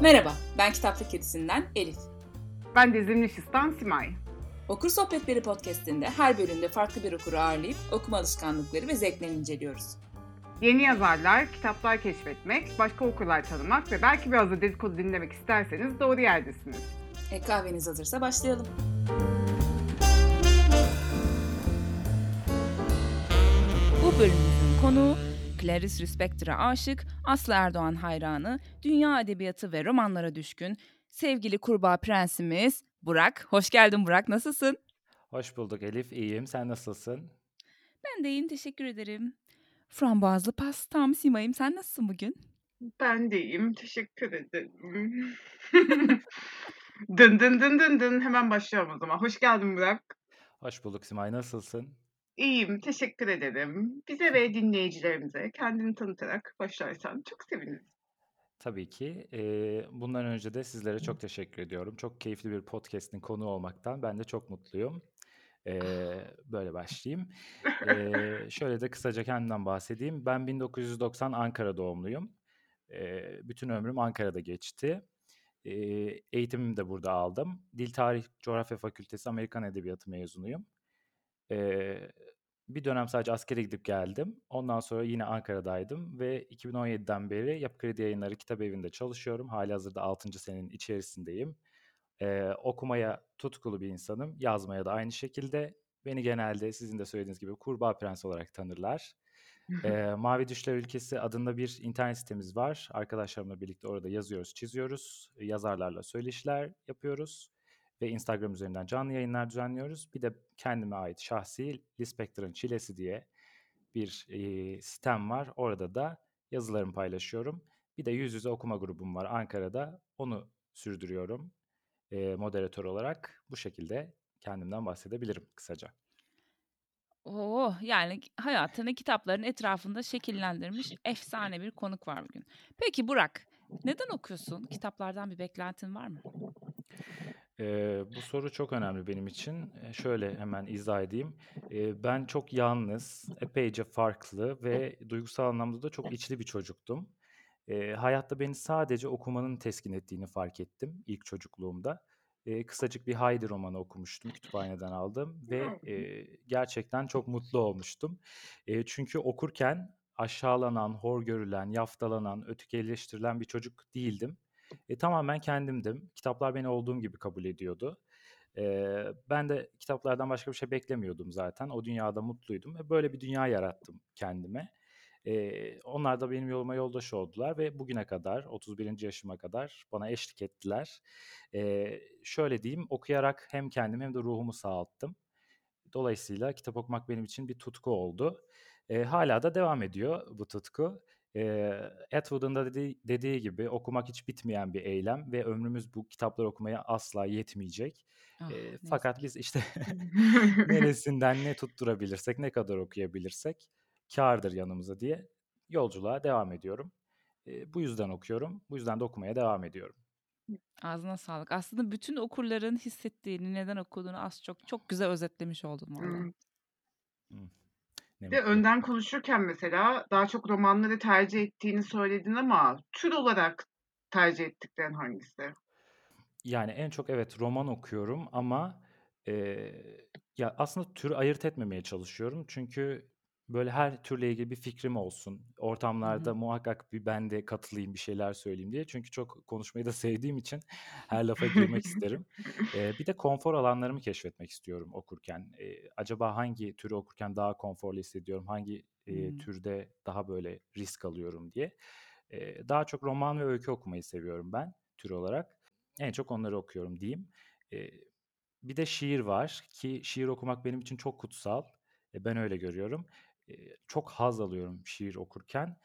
Merhaba, ben Kitaplık Kedisi'nden Elif. Ben de Zimnişistan Simay. Okur Sohbetleri podcast'inde her bölümde farklı bir okuru ağırlayıp okuma alışkanlıkları ve zevklerini inceliyoruz. Yeni yazarlar, kitaplar keşfetmek, başka okurlar tanımak ve belki biraz da dedikodu dinlemek isterseniz doğru yerdesiniz. Kahveniz hazırsa başlayalım. Bu bölümümüzün konuğu Clarice Lispector'a aşık, Aslı Erdoğan hayranı, dünya edebiyatı ve romanlara düşkün, sevgili kurbağa prensimiz Burak. Hoş geldin Burak, nasılsın? Hoş bulduk Elif, iyiyim. Sen nasılsın? Ben de iyiyim, teşekkür ederim. Frambuazlı pastam Simay'ım, sen nasılsın bugün? Ben de iyiyim, teşekkür ederim. Dın dın dın dın dın. Hemen başlayalım o zaman. Hoş geldin Burak. Hoş bulduk Simay, nasılsın? İyiyim, teşekkür ederim. Bize ve dinleyicilerimize kendini tanıtarak başlarsan çok seviniriz. Tabii ki. Bundan önce de sizlere çok teşekkür ediyorum. Çok keyifli bir podcast'in konuğu olmaktan ben de çok mutluyum. Böyle başlayayım. Şöyle de kısaca kendimden bahsedeyim. Ben 1990 Ankara doğumluyum. Bütün ömrüm Ankara'da geçti. Eğitimimi de burada aldım. Dil Tarih Coğrafya Fakültesi Amerikan Edebiyatı mezunuyum. Eee, Bir dönem sadece askere gidip geldim. Ondan sonra yine Ankara'daydım ve 2017'den beri Yapı Kredi Yayınları Kitabevi'nde çalışıyorum. Hâlihazırda 6. senenin içerisindeyim. Okumaya tutkulu bir insanım. Yazmaya da aynı şekilde. Beni genelde sizin de söylediğiniz gibi Kurbağa Prens olarak tanırlar. Mavi Düşler Ülkesi adında bir internet sitemiz var. Arkadaşlarımla birlikte orada yazıyoruz, çiziyoruz. Yazarlarla söyleşiler yapıyoruz ve Instagram üzerinden canlı yayınlar düzenliyoruz. Bir de kendime ait şahsi Lispector'ın Çilesi diye bir sitem var. Orada da yazılarımı paylaşıyorum. Bir de yüz yüze okuma grubum var Ankara'da. Onu sürdürüyorum moderatör olarak. Bu şekilde kendimden bahsedebilirim kısaca. Yani hayatını kitapların etrafında şekillendirmiş efsane bir konuk var bugün. Peki Burak, neden okuyorsun? Kitaplardan bir beklentin var mı? Bu soru çok önemli benim için. Şöyle hemen izah edeyim. Ben çok yalnız, epeyce farklı ve duygusal anlamda da çok içli bir çocuktum. Hayatta beni sadece okumanın teskin ettiğini fark ettim ilk çocukluğumda. Kısacık bir Heidi romanı okumuştum, kütüphaneden aldım ve gerçekten çok mutlu olmuştum. Çünkü okurken aşağılanan, hor görülen, yaftalanan, ötekileştirilen bir çocuk değildim. Tamamen kendimdim. Kitaplar beni olduğum gibi kabul ediyordu. Ben de kitaplardan başka bir şey beklemiyordum zaten. O dünyada mutluydum ve böyle bir dünya yarattım kendime. Onlar da benim yoluma yoldaş oldular ve bugüne kadar, 31. yaşıma kadar bana eşlik ettiler. Şöyle diyeyim, okuyarak hem kendimi hem de ruhumu sağalttım. Dolayısıyla kitap okumak benim için bir tutku oldu. Hâlâ da devam ediyor bu tutku. Atwood'un da dediği gibi okumak hiç bitmeyen bir eylem ve ömrümüz bu kitapları okumaya asla yetmeyecek. Ah, ne yazık Fakat ki. biz işte neresinden ne tutturabilirsek, ne kadar okuyabilirsek kârdır yanımıza diye yolculuğa devam ediyorum. Bu yüzden okuyorum, bu yüzden de okumaya devam ediyorum. Ağzına sağlık. Aslında bütün okurların hissettiğini, neden okuduğunu az çok çok güzel özetlemiş oldun valla. Hıh, ne Bir de mutlu. önden konuşurken mesela daha çok romanları tercih ettiğini söyledin ama tür olarak tercih ettiklerin hangisi? Yani, en çok evet, roman okuyorum ama, ya, aslında türü ayırt etmemeye çalışıyorum. Çünkü, böyle, her türle ilgili bir fikrim olsun. Hı Ortamlarda hı. muhakkak ben de katılayım, bir şeyler söyleyeyim diye. Çünkü çok konuşmayı da sevdiğim için her lafa girmek isterim. Bir de konfor alanlarımı keşfetmek istiyorum okurken. Acaba hangi türü okurken daha konforlu hissediyorum, hangi, Hımm. türde daha, böyle, risk alıyorum diye. Daha çok roman ve öykü okumayı seviyorum ben tür olarak. En çok onları okuyorum diyeyim. Eee, Bir de şiir var ki şiir okumak benim için çok kutsal. Ben öyle görüyorum. Çok haz alıyorum şiir okurken,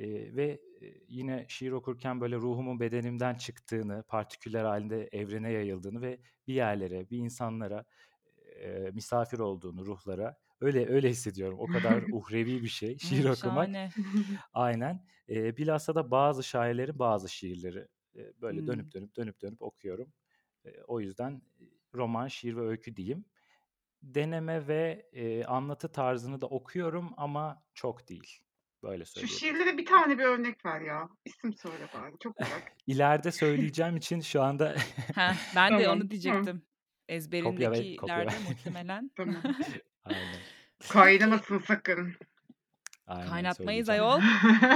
yine şiir okurken böyle ruhumun bedenimden çıktığını, partiküller halinde evrene yayıldığını ve bir yerlere, bir insanlara, misafir olduğunu ruhlara öyle hissediyorum. O kadar uhrevi bir şey şiir Oh, okumak. şahane. Aynen. Bilhassa da bazı şairlerin bazı şiirleri. Böyle Hımm. dönüp dönüp okuyorum. O yüzden, roman, şiir ve öykü diyeyim. Deneme ve, anlatı tarzını da okuyorum ama çok değil. Böyle Şu söyleyebilirim. şiirlere bir tane bir örnek ver ya. İsim söyle bari. Çok merak ettim. İleride söyleyeceğim için şu anda Heh, ben de onu Tamam. Hı. diyecektim. kopya Ezberindekilerde ver. muhtemelen Tamam. Aynen. Peki, Kaynamasın sakın. Aynen kaynatmayız söyleyeceğim. ayol.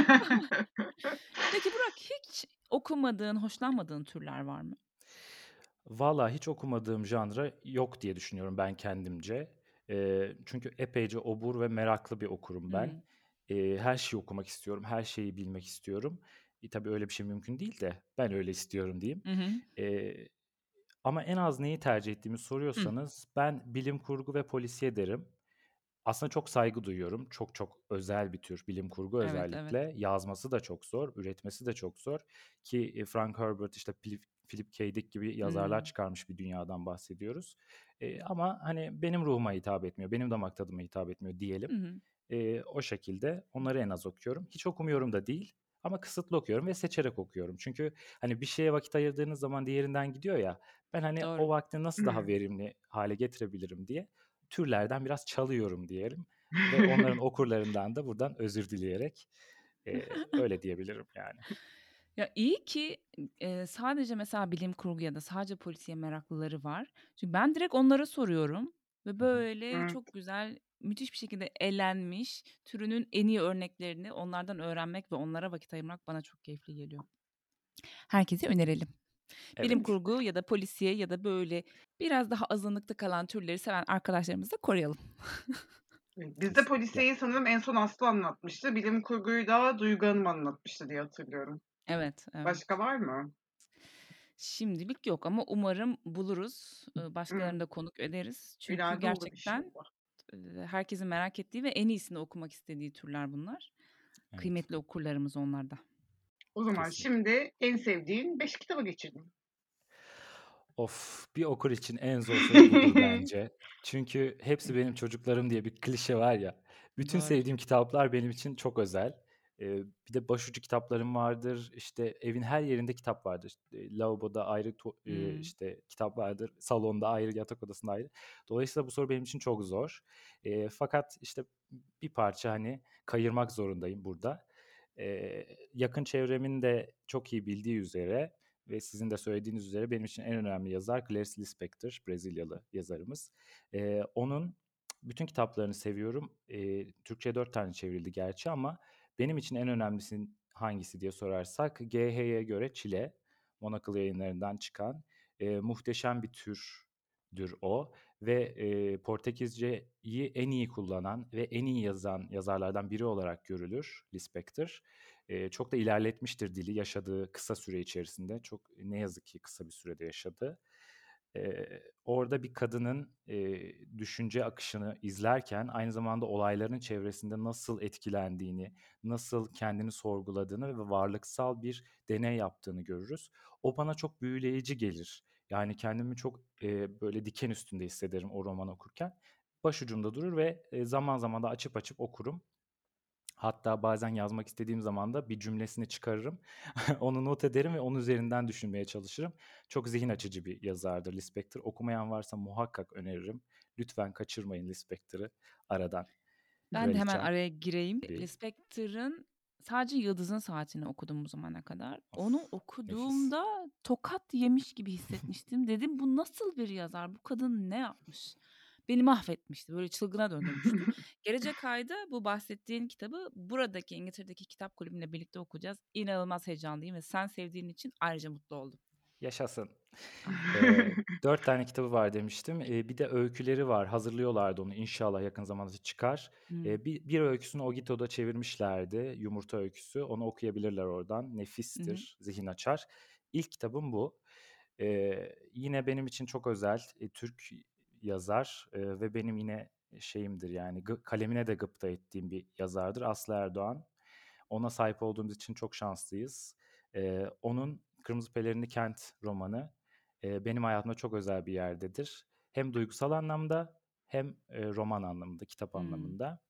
Peki Burak, hiç okumadığın, hoşlanmadığın türler var mı? Valla hiç okumadığım janra yok diye düşünüyorum ben kendimce. Çünkü epeyce obur ve meraklı bir okurum ben. Hımm. Her şeyi okumak istiyorum, her şeyi bilmek istiyorum. Tabii öyle bir şey mümkün değil de ben öyle istiyorum diyeyim. Hı hı. Eee, Ama en az neyi tercih ettiğimi Hıh. soruyorsanız ben bilim kurgu ve polisiye derim. Aslında çok saygı duyuyorum. Çok çok özel bir tür bilim kurgu Evet, evet. özellikle. Yazması da çok zor, üretmesi de çok zor ki Frank Herbert, işte Philip K. Dick gibi yazarlar Hımm. çıkarmış bir dünyadan bahsediyoruz. Ama hani benim ruhuma hitap etmiyor, benim damak tadıma hitap etmiyor Hı diyelim. hı. O şekilde onları en az okuyorum. Hiç okumuyorum da değil ama kısıtlı okuyorum ve seçerek okuyorum. Çünkü hani bir şeye vakit ayırdığınız zaman diğerinden gidiyor ya. Ben hani o Doğru. vakti nasıl daha Hımm. verimli hale getirebilirim diye türlerden biraz çalıyorum diyelim ve onların okurlarından da buradan özür dileyerek öyle diyebilirim yani. Ya, iyi ki, sadece mesela bilim kurgu ya da sadece polisiye meraklıları var. Çünkü ben direkt onlara soruyorum ve Hı hı. böyle Evet. çok güzel, müthiş bir şekilde elenmiş, türünün en iyi örneklerini onlardan öğrenmek ve onlara vakit ayırmak bana çok keyifli geliyor. Herkese önerelim. Bilim Evet, kurgu ya da polisiye ya da böyle biraz daha azınlıkta kalan türleri seven arkadaşlarımızı da koruyalım. Bizde kesinlikle. polisiyeyi sanırım en son Aslı anlatmıştı. Bilim kurguyu da Duygu Hanım anlatmıştı diye hatırlıyorum. Evet, evet. Başka var mı? Şimdilik yok ama umarım buluruz. Hımm. Başkalarını da konuk ederiz. Çünkü İleride olur gerçekten, inşallah. herkesin merak ettiği ve en iyisini okumak istediği türler bunlar. Evet, Kıymetli okurlarımız onlar da. O zaman kesinlikle. şimdi en sevdiğin 5 kitaba geçelim. Of, bir okur için en zor soru budur bence. Çünkü hepsi benim çocuklarım diye bir klişe var ya. Bütün Doğru. sevdiğim kitaplar benim için çok özel. Bir de başucu kitaplarım vardır. İşte evin her yerinde kitap vardır. Lavaboda ayrı Hımm. işte kitap vardır. Salonda ayrı, yatak odasında ayrı. Dolayısıyla bu soru benim için çok zor. Fakat işte bir parça hani kayırmak zorundayım burada. Yakın çevremin de çok iyi bildiği üzere ve sizin de söylediğiniz üzere benim için en önemli yazar Clarice Lispector, Brezilyalı yazarımız. Onun bütün kitaplarını seviyorum. Türkçe'ye 4 tane çevrildi gerçi ama benim için en önemlisi hangisi diye sorarsak GH'ye göre Çile, Monocle Yayınları'ndan çıkan muhteşem bir türdür o ve Portekizceyi en iyi kullanan ve en iyi yazan yazarlardan biri olarak görülür Lispector. Çok da ilerletmiştir dili yaşadığı kısa süre içerisinde. Çok ne yazık ki kısa bir sürede yaşadı. Orada bir kadının düşünce akışını izlerken aynı zamanda olayların çevresinde nasıl etkilendiğini, nasıl kendini sorguladığını ve varlıksal bir deney yaptığını görürüz. O bana çok büyüleyici gelir. Yani kendimi çok böyle diken üstünde hissederim o roman okurken. Başucumda durur ve zaman zaman da açıp açıp okurum. Hatta bazen yazmak istediğim zaman da bir cümlesini çıkarırım. Onu not ederim ve onun üzerinden düşünmeye çalışırım. Çok zihin açıcı bir yazardır Lispector. Okumayan varsa muhakkak öneririm. Lütfen kaçırmayın Lispector'ı aradan. Ben de hemen Kraliçem araya gireyim. tabii. Lispector'ın sadece Yıldız'ın Saati'ni okudum bu zamana kadar. Onu Of, nefis. okuduğumda tokat yemiş gibi hissetmiştim. Dedim bu nasıl bir yazar? Bu kadın ne yapmış? Beni mahvetmişti. Böyle çılgına döndürmüştü. Gelecek ayda bu bahsettiğin kitabı buradaki İngiltere'deki kitap kulübüyle birlikte okuyacağız. İnanılmaz heyecanlıyım ve sen sevdiğin için ayrıca mutlu oldum. Yaşasın. Ah. 4 tane kitabı var demiştim. Bir de öyküleri var. Hazırlıyorlardı onu. İnşallah yakın zamanda çıkar. Hmm. Bir öyküsünü Ogito'da çevirmişlerdi. Yumurta öyküsü. Onu okuyabilirler oradan. Hı hı. Nefistir, zihin açar. İlk kitabım bu. Yine benim için çok özel. Türk yazar ve benim yine şeyimdir yani kalemine de gıpta ettiğim bir yazardır. Aslı Erdoğan. Ona sahip olduğumuz için çok şanslıyız. Onun Kırmızı Pelerinli Kent romanı benim hayatımda çok özel bir yerdedir. Hem duygusal anlamda hem roman anlamında, kitap Hmm. anlamında.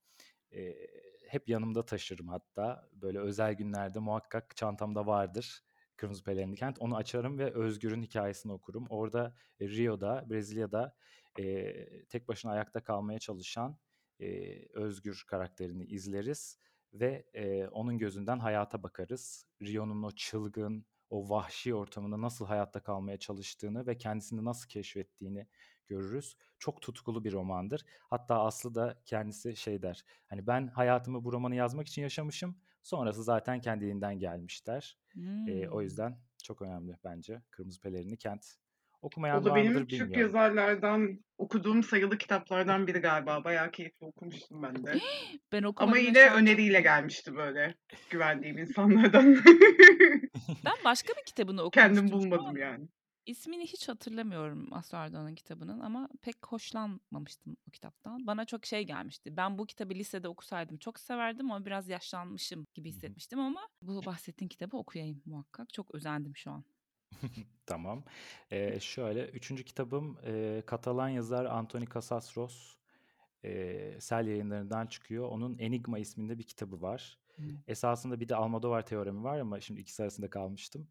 Hep yanımda taşırım hatta. Böyle özel günlerde muhakkak çantamda vardır Kırmızı Pelerinli Kent. Onu açarım ve Özgür'ün hikayesini okurum. Orada Rio'da, Brezilya'da tek başına ayakta kalmaya çalışan Özgür karakterini izleriz. ve onun gözünden hayata bakarız. Rio'nun o çılgın, o vahşi ortamında nasıl hayatta kalmaya çalıştığını ve kendisini nasıl keşfettiğini görürüz. Çok tutkulu bir romandır. Hatta Aslı da kendisi şey der, hani ben hayatımı bu romanı yazmak için yaşamışım, sonrası zaten kendiliğinden gelmiş der. O Hmm. yüzden çok önemli bence Kırmızı Pelerinli Kent. O Okumayan da var benim mıdır Türk bilmiyorum. yazarlardan okuduğum sayılı kitaplardan biri galiba. Bayağı keyifli okumuştum ben de. Ben Ama okumadım ve yine şu an çok öneriyle gelmişti böyle güvendiğim insanlardan. Ben başka bir kitabını Kendim okumuştum. Şu bulmadım an yani. ismini hiç hatırlamıyorum Aslı Erdoğan'ın kitabının ama pek hoşlanmamıştım o kitaptan. Bana çok şey gelmişti. Ben bu kitabı lisede okusaydım çok severdim ama biraz yaşlanmışım gibi Hı hı. hissetmiştim ama bu bahsettiğin kitabı okuyayım muhakkak. Çok özendim şu an. Tamam. Şöyle, üçüncü kitabım Katalan yazar Antoni Casasros. Sel Yayınları'ndan çıkıyor. Onun Enigma isminde bir kitabı var. Hmm. Esasında bir de Almodovar teoremi var ama şimdi ikisi arasında kalmıştım.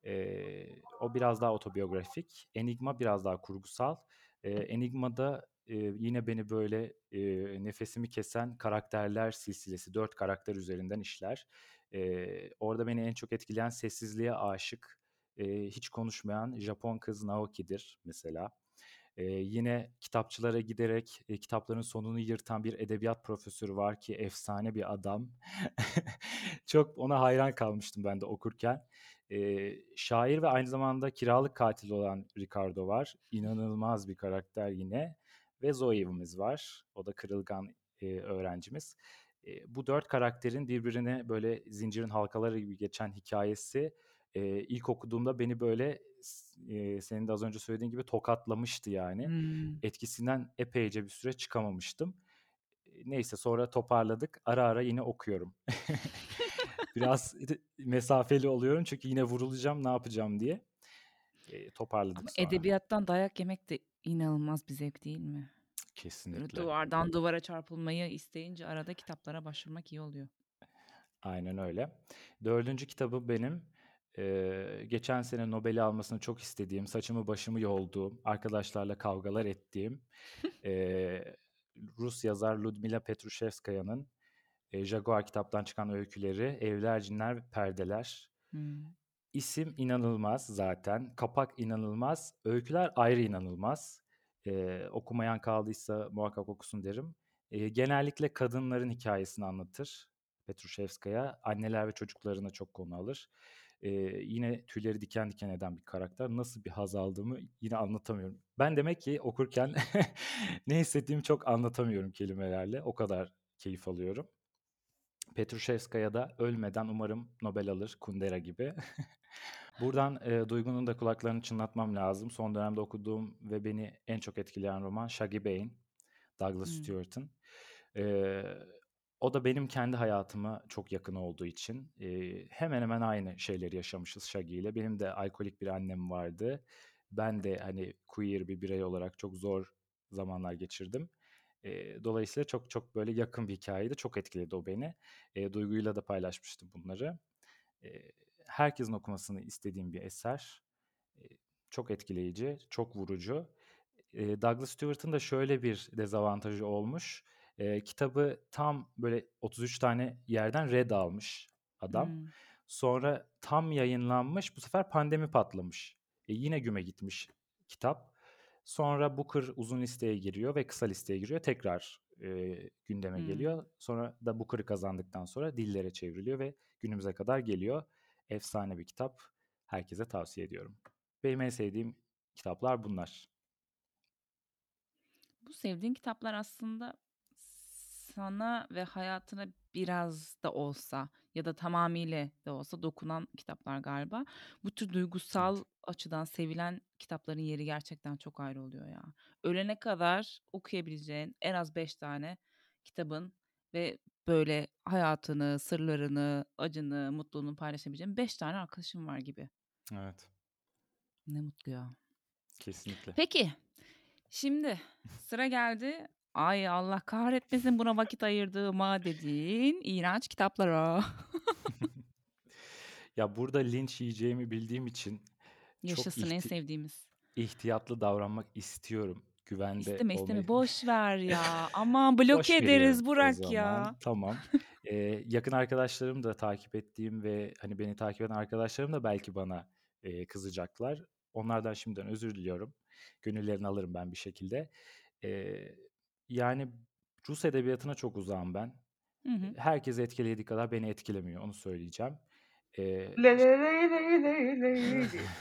O biraz daha otobiyografik. Enigma biraz daha kurgusal. Enigma'da yine beni böyle nefesimi kesen karakterler silsilesi, 4 karakter üzerinden işler. Orada beni en çok etkileyen sessizliğe aşık, hiç konuşmayan Japon kız Naoki'dir mesela. Yine kitapçılara giderek kitapların sonunu yırtan bir edebiyat profesörü var ki efsane bir adam. Çok ona hayran kalmıştım ben de okurken. Şair ve aynı zamanda kiralık katil olan Ricardo var. İnanılmaz bir karakter yine. Ve Zoe'miz var. O da kırılgan öğrencimiz. Bu 4 karakterin birbirine böyle zincirin halkaları gibi geçen hikayesi ilk okuduğumda beni böyle senin de az önce söylediğin gibi tokatlamıştı yani. Hmm. Etkisinden epeyce bir süre çıkamamıştım. Neyse sonra toparladık. Ara ara yine okuyorum. Biraz mesafeli oluyorum çünkü yine vurulacağım ne yapacağım diye. Ama Toparladık sonra. edebiyattan dayak yemek de inanılmaz bir zevk değil mi? Böyle Kesinlikle. duvardan duvara çarpılmayı isteyince arada kitaplara başvurmak iyi oluyor. Aynen öyle. Dördüncü kitabı benim geçen sene Nobel'i almasını çok istediğim, saçımı başımı yolduğum, arkadaşlarla kavgalar ettiğim eee, Rus yazar Ludmila Petrushevskaya'nın Jaguar kitaptan çıkan öyküleri Evler, Cinler ve Perdeler. Hmm. İsim inanılmaz zaten, kapak inanılmaz, öyküler ayrı inanılmaz. Okumayan kaldıysa muhakkak okusun derim. Genellikle kadınların hikayesini anlatır Petrushevskaya. Anneler ve çocuklarına çok konu alır. Yine tüyleri diken diken eden bir karakter. Nasıl bir haz aldığımı yine anlatamıyorum. Ben demek ki okurken ne hissettiğimi çok anlatamıyorum kelimelerle. O kadar keyif alıyorum. Petrushevskaya da ölmeden umarım Nobel alır Kundera gibi. Buradan Duygu'nun da kulaklarını çınlatmam lazım. Son dönemde okuduğum ve beni en çok etkileyen roman Shaggy Bane, Douglas Hmm. Stewart'ın. E, O da benim kendi hayatıma çok yakın olduğu için hemen hemen aynı şeyleri yaşamışız Shaggy ile. Benim de alkolik bir annem vardı. Ben de hani queer bir birey olarak çok zor zamanlar geçirdim. Dolayısıyla çok çok böyle yakın bir hikayeydi. Çok etkiledi o beni. Duygu'yla da paylaşmıştım bunları. Herkesin okumasını istediğim bir eser. Çok etkileyici, çok vurucu. Douglas Stewart'ın da şöyle bir dezavantajı olmuş. Kitabı tam böyle 33 tane yerden red almış adam. Hmm. Sonra tam yayınlanmış, bu sefer pandemi patlamış. Yine güme gitmiş kitap. Sonra Booker uzun listeye giriyor ve kısa listeye giriyor. Tekrar gündeme Hmm. geliyor. Sonra da Booker'ı kazandıktan sonra dillere çevriliyor ve günümüze kadar geliyor. Efsane bir kitap. Herkese tavsiye ediyorum. Benim en sevdiğim kitaplar bunlar. Bu sevdiğin kitaplar aslında sana ve hayatına biraz da olsa ya da tamamıyla da olsa dokunan kitaplar galiba. Bu tür duygusal Evet. açıdan sevilen kitapların yeri gerçekten çok ayrı oluyor ya. Ölene kadar okuyabileceğin en az 5 tane kitabın ve böyle hayatını, sırlarını, acını, mutluluğunu paylaşabileceğin 5 tane arkadaşım var gibi. Evet. Ne mutlu ya. Kesinlikle. Peki, şimdi sıra geldi. Ay Allah kahretmesin buna vakit ayırdığıma dediğin iğrenç kitaplara. Ya burada linç yiyeceğimi bildiğim için çok Yaşasın en sevdiğimiz. ihtiyatlı davranmak istiyorum. güvende İsteme olmayı isteme boş ver ya. Aman bloke boş veriyorum ederiz o Burak zaman. ya. Tamam. Yakın arkadaşlarım da takip ettiğim ve hani beni takip eden arkadaşlarım da belki bana kızacaklar. Onlardan şimdiden özür diliyorum. Gönüllerini alırım ben bir şekilde. Eee, yani Rus edebiyatına çok uzağım ben. Hı hı. Herkesi etkilediği kadar beni etkilemiyor, onu söyleyeceğim. Le İşte le le le le le le diye.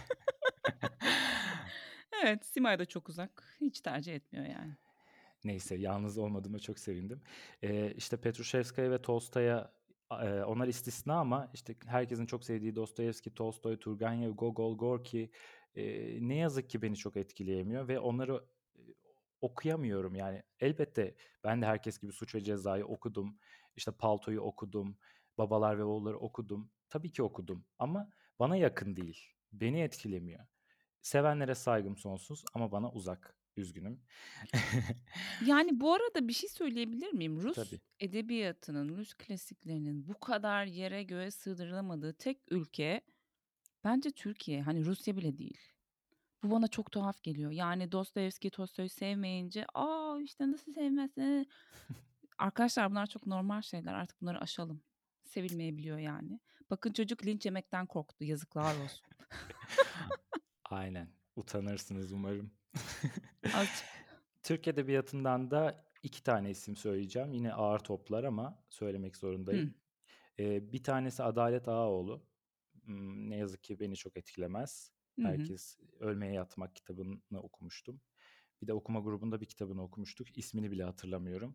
Evet, Simay da çok uzak. Hiç tercih etmiyor yani. Neyse, yalnız olmadığıma çok sevindim. İşte Petrushevskaya ve Tolstoy'a onlar istisna ama işte herkesin çok sevdiği Dostoyevski, Tolstoy, Turgenev, Gogol, Gorki ne yazık ki beni çok etkileyemiyor ve onları okuyamıyorum yani. Elbette ben de herkes gibi Suç ve Ceza'yı okudum. İşte Palto'yu okudum. Babalar ve Oğulları okudum. Tabii ki okudum ama bana yakın değil. Beni etkilemiyor. Sevenlere saygım sonsuz ama bana uzak. Üzgünüm. Yani bu arada bir şey söyleyebilir miyim? Rus Tabii. edebiyatının, Rus klasiklerinin bu kadar yere göğe sığdırılamadığı tek ülke bence Türkiye. Hani Rusya bile değil. Bu bana çok tuhaf geliyor. Yani Dostoyevski, Tolstoy'u sevmeyince, aa işte nasıl sevmezsin? Arkadaşlar bunlar çok normal şeyler. Artık bunları aşalım. Sevilmeyebiliyor yani. Bakın çocuk linç yemekten korktu. Yazıklar olsun. Aynen. Utanırsınız umarım. Azıcık. Türk edebiyatından da 2 tane isim söyleyeceğim. Yine ağır toplar ama söylemek Hı. zorundayım. Bir tanesi Adalet Ağaoğlu. Ne yazık ki beni çok etkilemez. Hı hı. Herkes Ölmeye Yatmak kitabını okumuştum. Bir de okuma grubunda bir kitabını okumuştuk. İsmini bile hatırlamıyorum.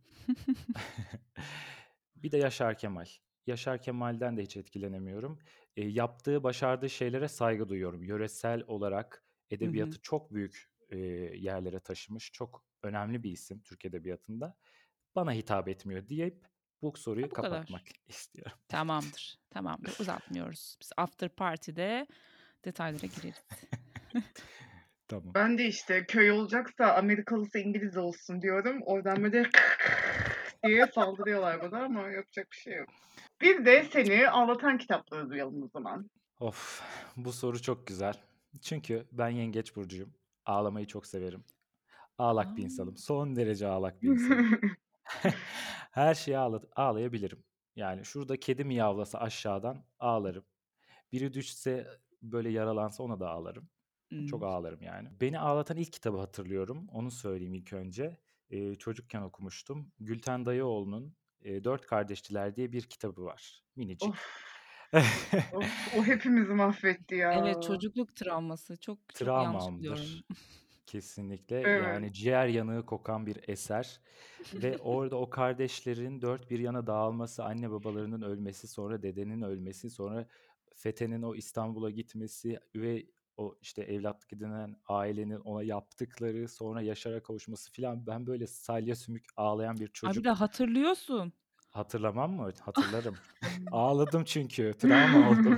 Bir de Yaşar Kemal. Yaşar Kemal'den de hiç etkilenemiyorum. Yaptığı, başardığı şeylere saygı duyuyorum. Yöresel olarak Hı hı. edebiyatı çok büyük yerlere taşımış. Çok önemli bir isim Türk edebiyatında. Bana hitap etmiyor deyip bu Ha, soruyu bu kapatmak kadar. istiyorum. Tamamdır. Tamamdır. Uzatmıyoruz. Biz after party'de detaylara gireriz. Tamam. Ben de işte köy olacaksa Amerikalısı İngiliz olsun diyorum. Oradan böyle diye saldırıyorlar bana ama yapacak bir şey yok. Bir de seni ağlatan kitapları duyalım o zaman. Of, bu soru çok güzel. Çünkü ben Yengeç burcuyum. Ağlamayı çok severim. Ağlak bir Aa. insanım. Son derece ağlak bir insanım. Her şeye ağlayabilirim. Yani şurada kedi miyavlasa aşağıdan ağlarım. Biri düşse böyle yaralansa ona da ağlarım. Çok Hımm. ağlarım yani. Beni ağlatan ilk kitabı hatırlıyorum. Onu söyleyeyim ilk önce. Çocukken okumuştum. Gülten Dayıoğlu'nun Dört Kardeştiler diye bir kitabı var. Of, Minicik. of, o hepimizi mahvetti ya. Evet, çocukluk travması. Çok çok yanlış buluyorum. Travmamdır. Kesinlikle. Evet. Yani ciğer yanığı kokan bir eser ve orada o kardeşlerin dört bir yana dağılması, anne babalarının ölmesi, sonra dedenin ölmesi, sonra Fethe'nin o İstanbul'a gitmesi ve o işte evlatlık edinen ailenin ona yaptıkları, sonra Yaşar'a kavuşması filan. Ben böyle salya sümük ağlayan bir Ay, bir de çocuk hatırlıyorsun. hatırlamam mı? Hatırlarım. Ağladım çünkü. Travma oldum.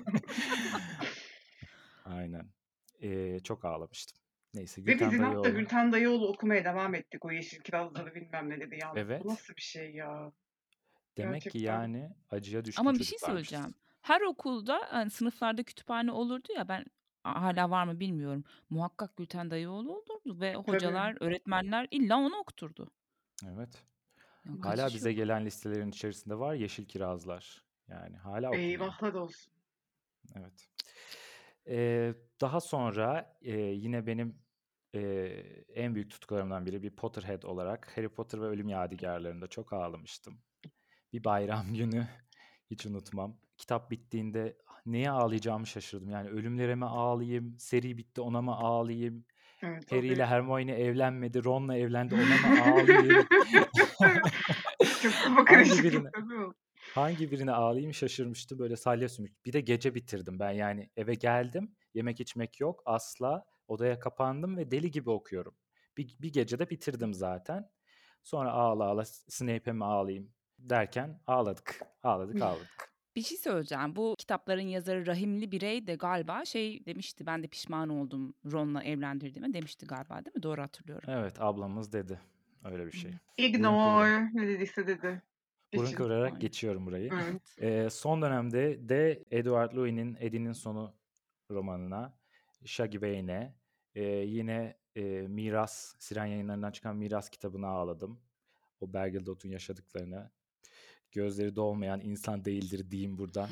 Aynen. Çok ağlamıştım. Neyse Ve biz Gülten inatla Dayıoğlu. Gülten Dayıoğlu okumaya devam ettik. O Yeşil Kirazları bilmem ne dedi yalnız. Bu Evet. nasıl bir şey ya? Demek ki Gerçekten. yani acıya düşkün Ama bir şey söyleyeceğim. çocuklarmışız. Her okulda, hani, sınıflarda kütüphane olurdu ya, ben hâlâ var mı bilmiyorum. Muhakkak Gülten Dayıoğlu olurdu ve Tabii. hocalar, öğretmenler illa onu okuturdu. Evet. Ya, Hâlâ kaçış bize yok. gelen listelerin içerisinde var Yeşil Kirazlar. Yani hâlâ okunuyor. Eyvahlar olsun. Evet. Daha sonra, yine benim, en büyük tutkularımdan biri bir Potterhead olarak Harry Potter ve Ölüm Yadigarları'nda çok ağlamıştım. Bir bayram günü hiç unutmam. Kitap bittiğinde neye ağlayacağımı şaşırdım. Yani ölümlere mi ağlayayım, seri bitti ona mı ağlayayım, Evet o Harry ile bir. Hermione evlenmedi, Ron'la evlendi ona mı ağlayayım? Çok kafa Hangi birine karışıklıkları oldu. hangi birine ağlayayım şaşırmıştım. Böyle salya sümük. Bir de gece bitirdim ben yani eve geldim. Yemek içmek yok asla. Odaya kapandım ve deli gibi okuyorum. Bir gecede bitirdim zaten. Sonra ağla ağla Snape'e mi ağlayayım derken ağladık. Ağladık ağladık. Bir şey söyleyeceğim. Bu kitapların yazarı Rahimli Birey de galiba şey demişti, "Ben de pişman oldum Ron'la evlendirdiğime." demişti galiba, değil mi? Doğru hatırlıyorum. Evet ablamız dedi. Öyle bir Hı hı. şey. Burun kıvırarak. Ignore. Ne dediyse dedi. Burun Geçin. kıvırarak Aynen. geçiyorum burayı. Evet. Son dönemde de Edward Louis'nin Eddie'nin Sonu romanına, Shaggy Bey'ine, yine Miras, Siren Yayınları'ndan çıkan Miras kitabına ağladım. O Bergildot'un yaşadıklarını. Gözleri dolmayan insan değildir diyeyim buradan.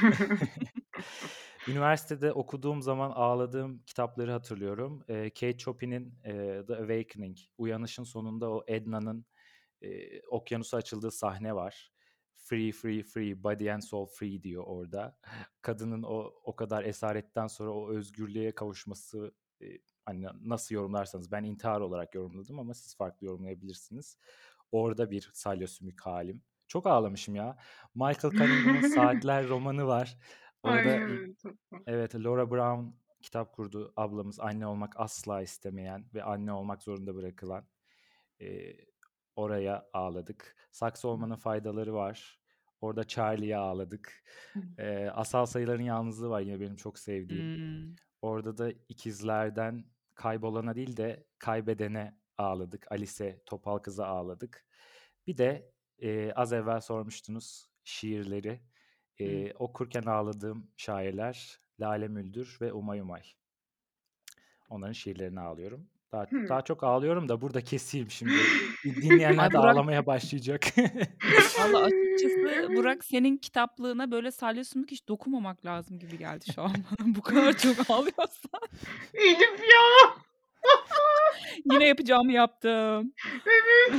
Üniversitede okuduğum zaman ağladığım kitapları hatırlıyorum. Kate Chopin'in The Awakening, Uyanışın sonunda o Edna'nın okyanusa açıldığı sahne var. Free, free, free, body and soul free diyor orada. Kadının o kadar esaretten sonra o özgürlüğe kavuşması, e, hani nasıl yorumlarsanız, ben intihar olarak yorumladım ama siz farklı yorumlayabilirsiniz. Orada bir salyosümük halim. Çok ağlamışım ya. Michael Cunningham'ın Saatler romanı var. Ay Orada evet. Çok evet, Laura Brown kitap kurdu ablamız, anne olmak asla istemeyen ve anne olmak zorunda bırakılan. Ee, Oraya ağladık. Saksı olmanın faydaları var. Orada Charlie'ye ağladık. Asal Sayıların Yalnızlığı var, yine benim çok sevdiğim. Hmm. Orada da ikizlerden kaybolana değil de kaybedene ağladık. Alice Topal Kız'a ağladık. Bir de az evvel sormuştunuz şiirleri. Hmm. Okurken ağladığım şairler Lale Müldür ve Umay Umay. Onların şiirlerine ağlıyorum. Daha çok ağlıyorum da burada keseyim şimdi. Ay Dinleyenler de Burak, ağlamaya başlayacak. valla açıkçası Evet. Burak, senin kitaplığına böyle salya sümük hiç dokunmamak lazım gibi geldi şu an bana. Bu kadar çok ağlıyorsan. Elif ya. Yine yapacağımı yaptım. Evet.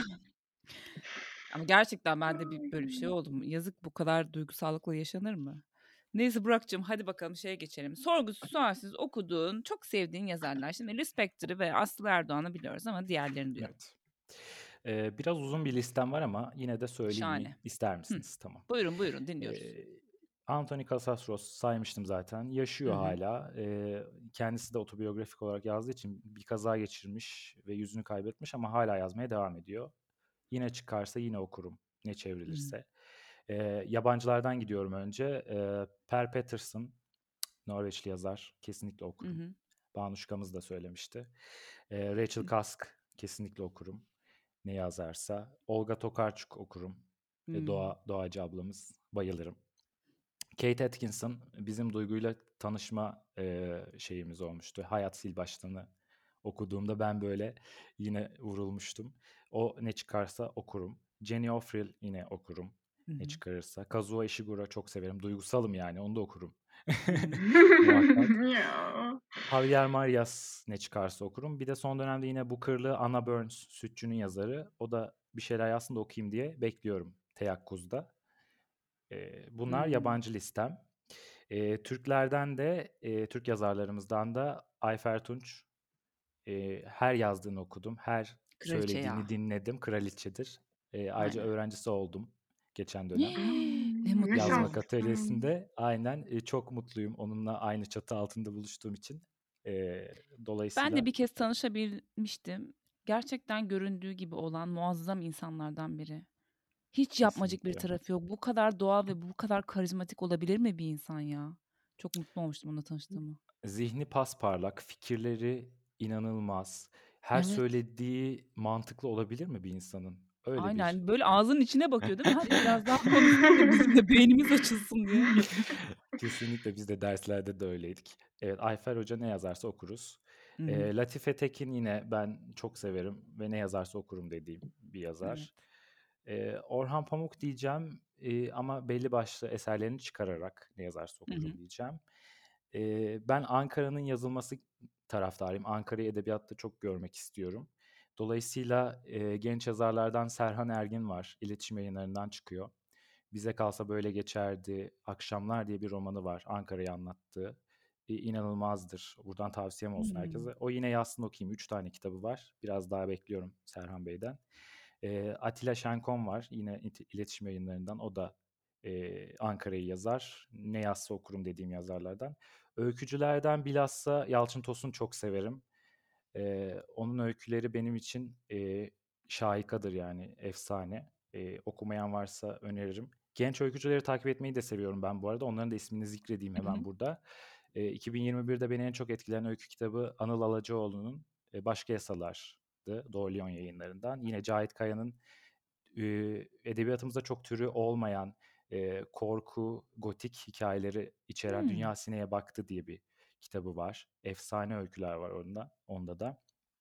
Ama gerçekten ben de böyle bir şey oldu mu? Yazık, bu kadar duygusallıkla yaşanır mı? Neyse Burak'cığım, hadi bakalım şeye geçelim. Sorgusuz sualsiz okuduğun, çok sevdiğin yazarlar. Şimdi Respecter'ı ve Aslı Erdoğan'ı biliyoruz ama diğerlerini duyalım. Evet. Biraz uzun bir listem var ama yine de söyleyeyim mi? Şahane. İster Hı. misiniz? Tamam. Buyurun buyurun, dinliyoruz. Anthony Casasros saymıştım zaten. Hı Yaşıyor hı. hala. Kendisi de otobiyografik olarak yazdığı için bir kaza geçirmiş ve yüzünü kaybetmiş ama hala yazmaya devam ediyor. Yine çıkarsa yine okurum. Ne Hı hı. çevrilirse. Yabancılardan gidiyorum önce. Per Patterson, Norveçli yazar. Kesinlikle Hı okurum. hı. Banuşkamız da söylemişti. Rachel Cusk kesinlikle okurum. Ne yazarsa. Olga Tokarczuk okurum. Hmm. Doğacı ablamız. Bayılırım. Kate Atkinson bizim Duygu'yla tanışma şeyimiz olmuştu. Hayat Sil Baştan'ı okuduğumda ben böyle yine vurulmuştum. O ne çıkarsa okurum. Jenny Ofrill yine okurum. Hı Ne hı. çıkarırsa. Kazuo Ishiguro çok severim. Duygusalım yani. Onu da okurum. Hı hı. Muhakkak. Ya. Javier Marias ne çıkarsa okurum. Bir de son dönemde yine Booker'lı Anna Burns, Sütçü'nün yazarı. O da bir şeyler yazsın da okuyayım diye bekliyorum teyakkuzda. Bunlar Hmm. yabancı listem. Türklerden de, Türk yazarlarımızdan da Ayfer Tunç. Her yazdığını okudum. Her Kraliçe söylediğini ya. dinledim. Kraliçedir. Ayrıca Aynen. öğrencisi oldum geçen dönem. Ne Ne mutlu. Yazmak şanslısın. atölyesinde. Aynen. Çok mutluyum onunla aynı çatı altında buluştuğum için. Ben de Dolayısıyla bir kez tanışabilmiştim. Gerçekten göründüğü gibi olan muazzam insanlardan biri. Hiç yapmacık bir kesinlikle. tarafı yok. Bu kadar doğal ve bu kadar karizmatik olabilir mi bir insan ya? Çok mutlu olmuştum onunla tanıştığıma. Zihni pasparlak, fikirleri inanılmaz. Her Evet. söylediği mantıklı olabilir mi bir insanın? Öyle bir Aynen. Böyle ağzının içine bakıyor değil mi? Hadi biraz daha konuşsun da bizim de beynimiz açılsın diye. Kesinlikle biz de derslerde de öyleydik. Evet, Ayfer Hoca ne yazarsa okuruz. Hı hı. Latife Tekin yine ben çok severim ve ne yazarsa okurum dediğim bir Evet. yazar. Orhan Pamuk diyeceğim ama belli başlı eserlerini çıkararak ne yazarsa Hı hı. okurum diyeceğim. Ben Ankara'nın yazılması taraftarıyım. Ankara'yı edebiyatta çok görmek istiyorum. Dolayısıyla genç yazarlardan Serhan Ergin var. İletişim Yayınları'ndan çıkıyor. Bize Kalsa Böyle Geçerdi, Akşamlar diye bir romanı var Ankara'yı anlattığı. İnanılmazdır. Buradan tavsiyem olsun Hımm. herkese. O yine yazsın okuyayım. 3 tane kitabı var. Biraz daha bekliyorum Serhan Bey'den. Atilla Şenkon var. Yine iletişim yayınlarından. O da Ankara'yı yazar. Ne yazsa okurum dediğim yazarlardan. Öykücülerden bilhassa Yalçın Tosun'u çok severim. Onun öyküleri benim için şahikadır yani efsane. Okumayan varsa öneririm. Genç öykücüleri takip etmeyi de seviyorum ben bu arada. Onların da ismini zikredeyim Hı hı. hemen burada. 2021'de beni en çok etkileyen öykü kitabı Anıl Alacaoğlu'nun Başka Yasalar'dı. Doğu Lyon Yayınları'ndan. Yine Cahit Kaya'nın edebiyatımızda çok türü olmayan korku, gotik hikayeleri içeren Hımm. Dünya Sineye Baktı diye bir kitabı var. Efsane öyküler var onda da.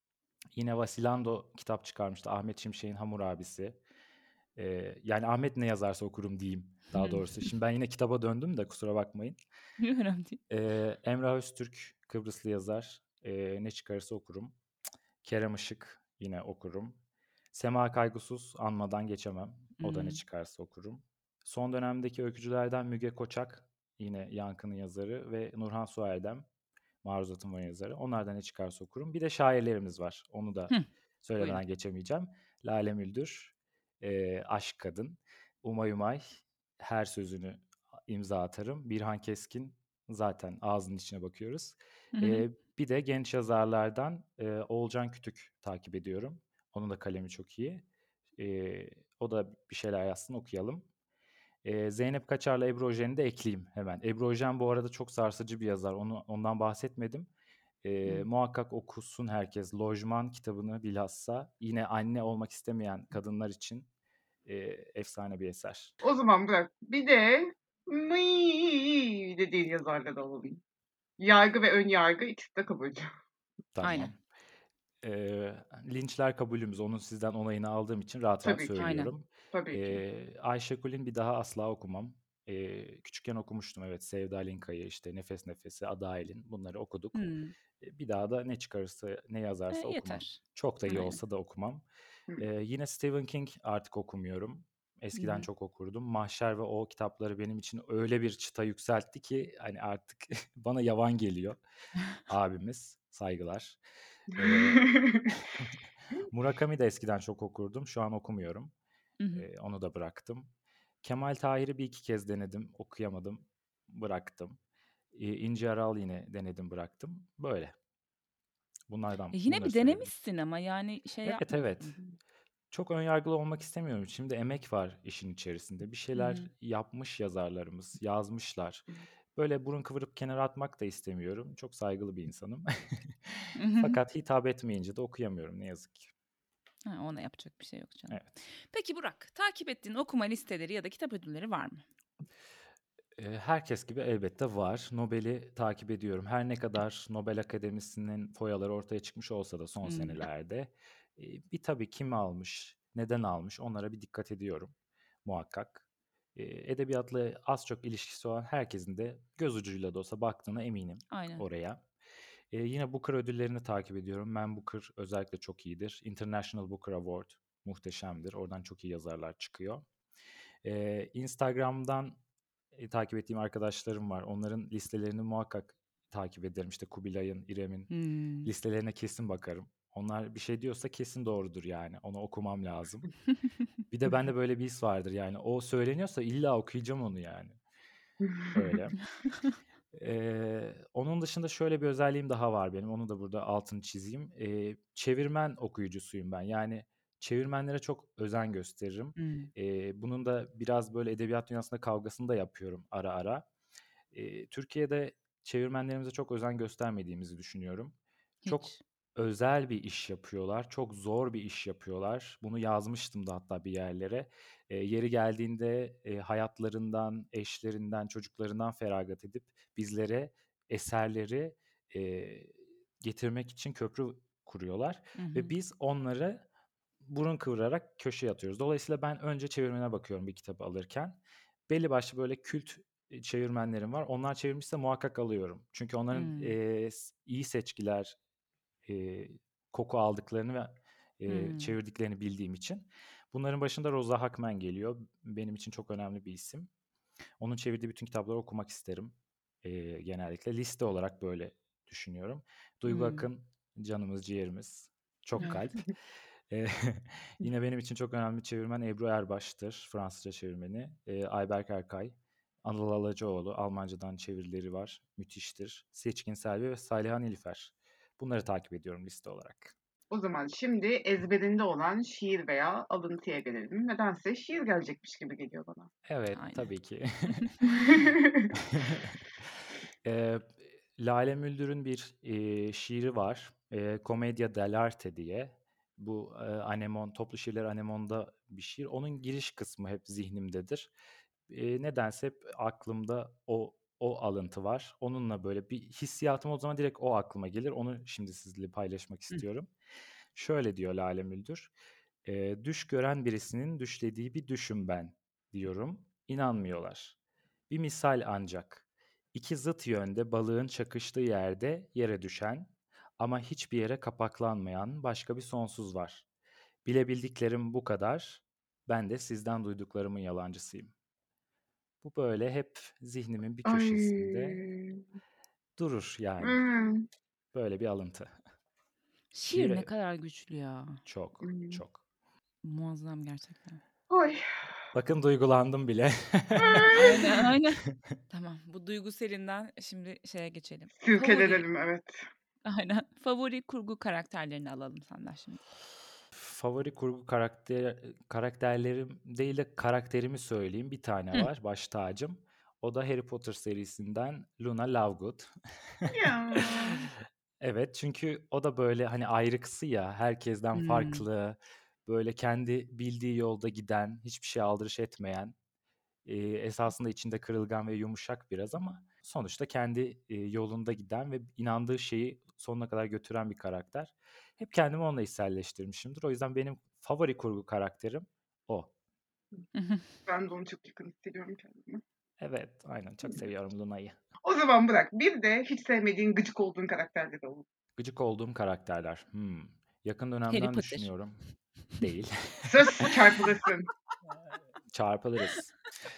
Yine Vasilando kitap çıkarmıştı. Ahmet Şimşek'in Hamur abisi. Yani Ahmet ne yazarsa okurum diyeyim daha doğrusu. Şimdi ben yine kitaba döndüm de kusura bakmayın. Önemli değil. Emrah Öztürk, Kıbrıslı yazar. Ne çıkarırsa okurum. Kerem Işık yine okurum. Sema Kaygusuz anmadan geçemem. O da ne Hmm. çıkarsa okurum. Son dönemdeki öykücülerden Müge Koçak, yine Yankı'nın yazarı ve Nurhan Suerdem, Maruzat'ın var yazarı. Onlardan ne çıkarsa okurum. Bir de şairlerimiz var. Onu da Hı, buyurun. söylemeden geçemeyeceğim. Lale Müldür, Aşk Kadın, Umay Umay, her sözünü imza atarım. Birhan Keskin, zaten ağzının içine bakıyoruz. Hı hı. Eee, Bir de genç yazarlardan Oğulcan Kütük takip ediyorum. Onun da kalemi çok iyi. O da bir şeyler yazsın, okuyalım. Zeynep Kaçar'la Ebru Ojen'i de ekleyeyim hemen. Ebru Ojen bu arada çok sarsıcı bir yazar. Ondan bahsetmedim. Hı. Muhakkak okusun herkes. Lojman kitabını bilhassa. Yine anne olmak istemeyen kadınlar için efsane bir eser. O zaman bırak. Bir de mıy dediğin yazarlar alalım. Yargı ve ön yargı ikisi de kabul. Aynen. Tamam. Linçler kabulümüz. Onun sizden onayını aldığım için rahat rahat Tabii ki. Aynen. söylüyorum. Tabii ki. Ayşegül'ün bir daha asla okumam. Küçükken okumuştum, evet. Sevda Linkay'ı, işte Nefes Nefese, Ada Aylin, bunları okuduk. Hı. Bir daha da ne çıkarırsa, ne yazarsa okumam. Yeter. Çok da iyi Aynen. olsa da okumam. Hı. Yine Stephen King artık okumuyorum. Eskiden Hı. çok okurdum. Mahşer ve O kitapları benim için öyle bir çıta yükseltti ki hani artık bana yavan geliyor. Abimiz, saygılar. Ee, Murakami de eskiden çok okurdum. Şu an okumuyorum. Hı hı. Onu da bıraktım. Kemal Tahir'i bir iki kez denedim. Okuyamadım. Bıraktım. İnci Aral yine denedim, bıraktım. Böyle. Yine Bunları bir söyleyebilirim. denemişsin ama yani şey Evet, yapmıyorsun. evet. Çok önyargılı olmak istemiyorum. Şimdi emek var işin içerisinde. Bir Hı şeyler hı. yapmış yazarlarımız, yazmışlar. Böyle burun kıvırıp kenara atmak da istemiyorum. Çok saygılı bir insanım. Hı hı. Fakat hitap etmeyince de okuyamıyorum ne yazık ki. Ha, ona yapacak bir şey yok canım. Evet. Peki Burak, takip ettiğin okuma listeleri ya da kitap ödülleri var mı? Herkes gibi elbette var. Nobel'i takip ediyorum. Her ne kadar Nobel Akademisi'nin foyaları ortaya çıkmış olsa da son Hımm. senelerde bir tabii kim almış, neden almış, onlara bir dikkat ediyorum muhakkak. Edebiyatla az çok ilişkisi olan herkesin de göz ucuyla da olsa baktığına eminim Aynen. oraya. Yine Booker ödüllerini takip ediyorum. Man Booker özellikle çok iyidir. International Booker Award muhteşemdir. Oradan çok iyi yazarlar çıkıyor. Instagram'dan takip ettiğim arkadaşlarım var. Onların listelerini muhakkak takip ederim. İşte Kubilay'ın, İrem'in Hımm. listelerine kesin bakarım. Onlar bir şey diyorsa kesin doğrudur yani. Onu okumam lazım. Bir de bende böyle bir his vardır yani. O söyleniyorsa illa okuyacağım onu yani. Öyle. Onun dışında şöyle bir özelliğim daha var benim. Onu da burada altını çizeyim. Çevirmen okuyucusuyum ben. Yani çevirmenlere çok özen gösteririm. Hımm. Bunun da biraz böyle edebiyat dünyasında kavgasını da yapıyorum ara ara. Türkiye'de çevirmenlerimize çok özen göstermediğimizi düşünüyorum. Çok Hiç. özel bir iş yapıyorlar. Çok zor bir iş yapıyorlar. Bunu yazmıştım da hatta bir yerlere. Yeri geldiğinde hayatlarından, eşlerinden, çocuklarından feragat edip bizlere eserleri getirmek için köprü kuruyorlar Hı ve hı. biz onları burun kıvırarak köşeye atıyoruz. Dolayısıyla ben önce çevirmene bakıyorum bir kitabı alırken. Belli başlı böyle kült çevirmenlerim var. Onlar çevirmişse muhakkak alıyorum. Çünkü onların Hımm. iyi seçkiler, eee, koku aldıklarını ve Hımm. çevirdiklerini bildiğim için. Bunların başında Rosa Hakman geliyor. Benim için çok önemli bir isim. Onun çevirdiği bütün kitapları okumak isterim, genellikle. Liste olarak böyle düşünüyorum. Duygu Hımm. Akın, canımız, ciğerimiz, çok Evet. kalp. Eee, Yine benim için çok önemli çevirmen Ebru Erbaş'tır, Fransızca çevirmeni. Ayberk Erkay, Anıl Alacaoğlu, Almancadan çevirileri var, müthiştir. Seçkin Selvi ve Saliha Nilüfer. Bunları takip ediyorum liste olarak. O zaman şimdi ezberinde olan şiir veya alıntıya gelelim. Nedense şiir gelecekmiş gibi geliyor bana. Evet, Aynen. tabii ki. Eee, Lale Müldür'ün bir şiiri var. Commedia dell'arte diye. Bu Anemon, Toplu Şiirler Anemon'da bir şiir. Onun giriş kısmı hep zihnimdedir. Nedense hep aklımda o alıntı var. Onunla böyle bir hissiyatım o zaman direkt o aklıma gelir. Onu şimdi sizinle paylaşmak Hıh. istiyorum. Şöyle diyor Lale Müldür. Düş gören birisinin düşlediği bir düşüm ben diyorum. İnanmıyorlar. Bir misal ancak. İki zıt yönde balığın çakıştığı yerde yere düşen ama hiçbir yere kapaklanmayan başka bir sonsuz var. Bilebildiklerim bu kadar. Ben de sizden duyduklarımın yalancısıyım. Bu böyle hep zihnimin bir köşesinde Ay. durur yani. Hmm. Böyle bir alıntı. Şiir ne Şiire kadar güçlü ya. çok, Hmm. çok. Muazzam gerçekten. Oy. Bakın duygulandım bile. Aynen aynen. Tamam, bu duygu selinden şimdi şeye geçelim. Favori, Sirkelenelim, evet. aynen. Favori kurgu karakterlerini alalım senden şimdi. Favori kurgu karakterlerim değil de karakterimi söyleyeyim. Bir tane Hı. var, baş tacım. O da Harry Potter serisinden Luna Lovegood. Ya. Evet, çünkü o da böyle hani ayrıksı ya, herkesten Hmm. farklı, böyle kendi bildiği yolda giden, hiçbir şey aldırış etmeyen, esasında içinde kırılgan ve yumuşak biraz ama sonuçta kendi yolunda giden ve inandığı şeyi sonuna kadar götüren bir karakter. Hep kendimi onunla içselleştirmişimdir. O yüzden benim favori kurgu karakterim o. Ben de onu çok yakın hissediyorum kendime. Evet, aynen çok seviyorum Luna'yı. O zaman bırak. Bir de hiç sevmediğin, gıcık olduğun karakterleri olur. Gıcık olduğum karakterler. Yakın Harry dönemden Potter. düşünüyorum. Değil. Söz çarpılırsın. Çarpılırız.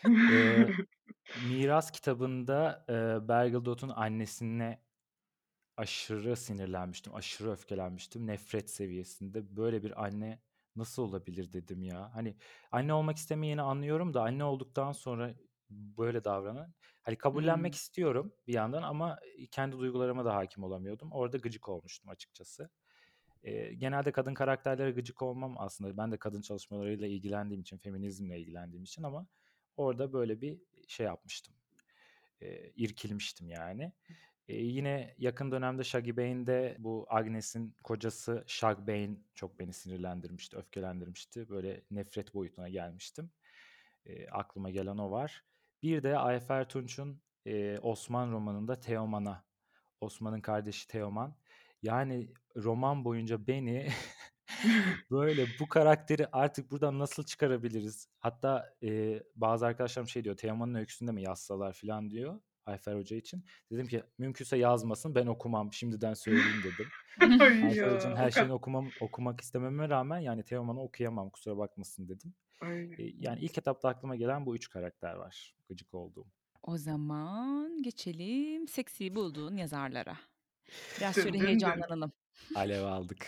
Miras kitabında Bergildot'un annesine aşırı sinirlenmiştim, aşırı öfkelenmiştim. Nefret seviyesinde. Böyle bir anne nasıl olabilir dedim ya. Hani anne olmak istemeyeni anlıyorum da anne olduktan sonra böyle davranan. Hani kabullenmek Hmm. istiyorum bir yandan ama kendi duygularıma da hakim olamıyordum. Orada gıcık olmuştum açıkçası. Genelde kadın karakterlere gıcık olmam aslında. Ben de kadın çalışmalarıyla ilgilendiğim için, feminizmle ilgilendiğim için ama orada böyle bir şey yapmıştım. İrkilmiştim yani. Yine yakın dönemde Shaggy Bane'de bu Agnes'in kocası Shag Bane çok beni sinirlendirmişti, öfkelendirmişti. Böyle nefret boyutuna gelmiştim. Aklıma gelen o var. Bir de Ayfer Tunç'un Osman romanında Teoman'a, Osman'ın kardeşi Teoman. Yani roman boyunca beni böyle bu karakteri artık buradan nasıl çıkarabiliriz? Hatta bazı arkadaşlarım şey diyor, Teoman'ın öyküsünde mi yazsalar falan diyor Ayfer Hoca için. Dedim ki mümkünse yazmasın, ben okumam, şimdiden söyleyeyim dedim. Ay Ayfer Hoca'nın ya. her O kadar. şeyini okumak istememe rağmen yani Teoman'ı okuyamam, kusura bakmasın dedim. Ay. Yani ilk etapta aklıma gelen bu üç karakter var gıcık olduğum. O zaman geçelim seksi bulduğun yazarlara. Biraz Dın şöyle dın dın. heyecanlanalım. Alev aldık.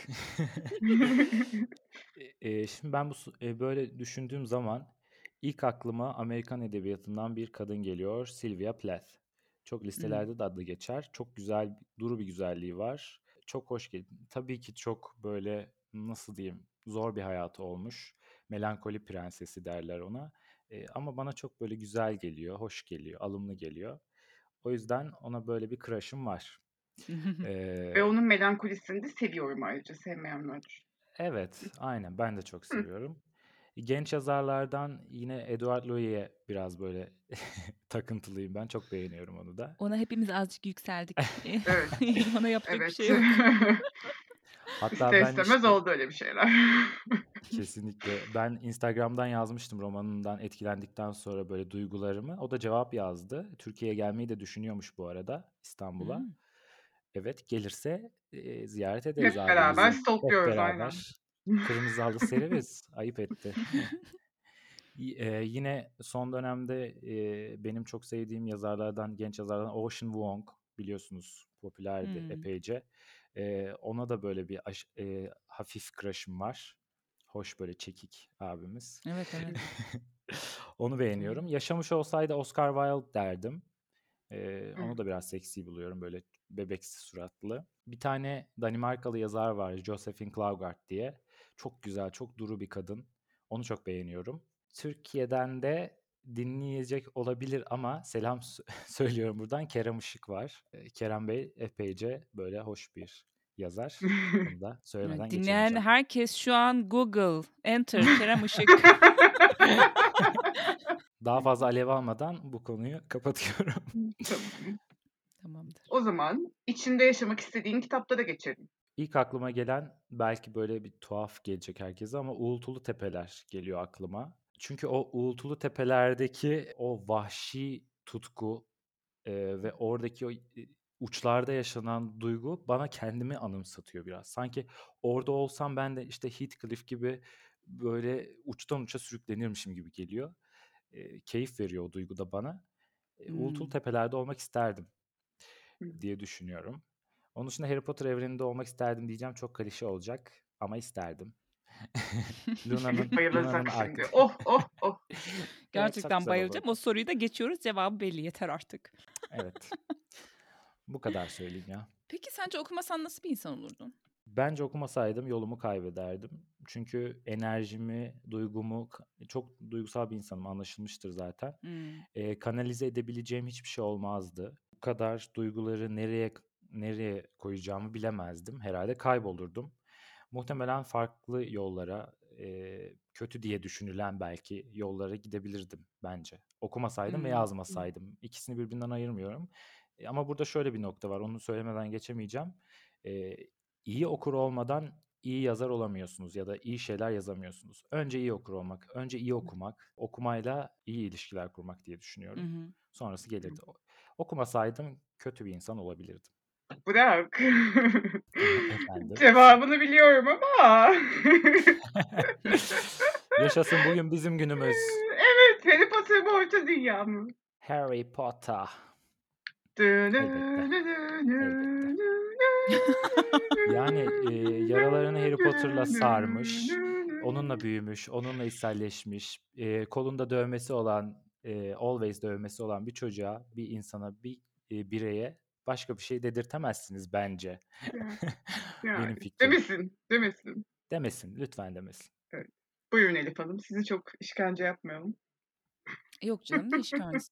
Şimdi ben böyle düşündüğüm zaman ilk aklıma Amerikan edebiyatından bir kadın geliyor, Sylvia Plath. Çok Hmm. listelerde de adı geçer. Çok güzel, duru bir güzelliği var. Çok hoş geliyor. Tabii ki çok böyle nasıl diyeyim, zor bir hayatı olmuş. Melankoli prensesi derler ona. Ama bana çok böyle güzel geliyor, hoş geliyor, alımlı geliyor. O yüzden ona böyle bir crush'ım var. Ve Ee, onun melankolisini de seviyorum ayrıca. Sevmeyenler. Evet, aynen. Ben de çok Hı. seviyorum. Genç yazarlardan yine Edward Louis'e biraz böyle takıntılıyım ben. Çok beğeniyorum onu da. Ona hepimiz azıcık yükseldik. Evet. Ona yapacak bir Evet. şey yok. Hatta İster ben istemez işte oldu öyle bir şeyler. kesinlikle ben Instagram'dan yazmıştım romanından etkilendikten sonra böyle duygularımı. O da cevap yazdı. Türkiye'ye gelmeyi de düşünüyormuş bu arada İstanbul'a. Hmm. Evet, gelirse ziyaret ederiz Hep beraber abimizi. Hep stalkluyoruz aynen. beraber kırmızı halı sereriz. Ayıp etti. Yine son dönemde benim çok sevdiğim yazarlardan, genç yazarlardan Ocean Vuong biliyorsunuz popülerdi Hmm. epeyce. Ona da böyle bir hafif crush'ım var. Hoş böyle çekik abimiz. Evet evet. Onu Doğru. beğeniyorum. Yaşamış olsaydı Oscar Wilde derdim. Hı. Onu da biraz seksi buluyorum böyle bebeksi suratlı. Bir tane Danimarkalı yazar var Josephine Klaugard diye. Çok güzel, çok duru bir kadın. Onu çok beğeniyorum. Türkiye'den de dinleyecek olabilir ama selam söylüyorum buradan. Kerem Işık var. Kerem Bey epeyce böyle hoş bir yazar. Onu da söylemeden Evet, dinleyen geçemeyeceğim. herkes şu an Google, Enter, Kerem Işık. Daha fazla alev almadan bu konuyu kapatıyorum. Tamam. Tamamdır. O zaman içinde yaşamak istediğin kitaplara geçelim. İlk aklıma gelen belki böyle bir tuhaf gelecek herkese ama Uğultulu Tepeler geliyor aklıma. Çünkü o Uğultulu Tepeler'deki o vahşi tutku ve oradaki o uçlarda yaşanan duygu bana kendimi anımsatıyor biraz. Sanki orada olsam ben de işte Heathcliff gibi böyle uçtan uça sürüklenirmişim gibi geliyor. Keyif veriyor o duygu da bana. Uğultulu Hımm. Tepeler'de olmak isterdim Hı. diye düşünüyorum. Onun dışında Harry Potter evreninde olmak isterdim diyeceğim. Çok klişe olacak ama isterdim. Elif Luna'nın bayılacak arka... şimdi. Oh oh oh. Evet, çok Gerçekten güzel bayılacağım. O olurdu. soruyu da geçiyoruz. Cevabı belli. Yeter artık. Evet. Bu kadar söyleyeyim ya. Peki sence okumasan nasıl bir insan olurdun? Bence okumasaydım yolumu kaybederdim. Çünkü enerjimi, duygumu, çok duygusal bir insanım, anlaşılmıştır zaten. Hımm. Kanalize edebileceğim hiçbir şey olmazdı. Bu kadar duyguları nereye koyacağımı bilemezdim. Herhalde kaybolurdum. Muhtemelen farklı yollara, kötü diye düşünülen belki yollara gidebilirdim bence. Okumasaydım ve Hımm. yazmasaydım. İkisini birbirinden ayırmıyorum. Ama burada şöyle bir nokta var. Onu söylemeden geçemeyeceğim. Eee İyi okur olmadan iyi yazar olamıyorsunuz ya da iyi şeyler yazamıyorsunuz. Önce iyi okur olmak, önce iyi okumak, okumayla iyi ilişkiler kurmak diye Hı düşünüyorum. hı. Sonrası gelirdi. Okumasaydım kötü bir insan olabilirdim. Bırak. Efendim. Cevabını biliyorum ama. Yaşasın bugün bizim günümüz. Evet, Harry Potter mı Orta Dünya mı? Harry Potter. Dü dü Elbette. dü dü dü Elbette. dü dü Yani yaralarını Harry Potter'la dü sarmış, dü dü. onunla büyümüş, onunla içselleşmiş, kolunda dövmesi olan, always dövmesi olan bir çocuğa, bir insana, bir bireye başka bir şey dedirtemezsiniz bence. Yani, yani. Benim fikrim. Demesin, demesin. Demesin, lütfen demesin. Evet. Buyurun Elif Hanım, sizi çok işkence yapmayalım. Yok canım, ne işkencesi.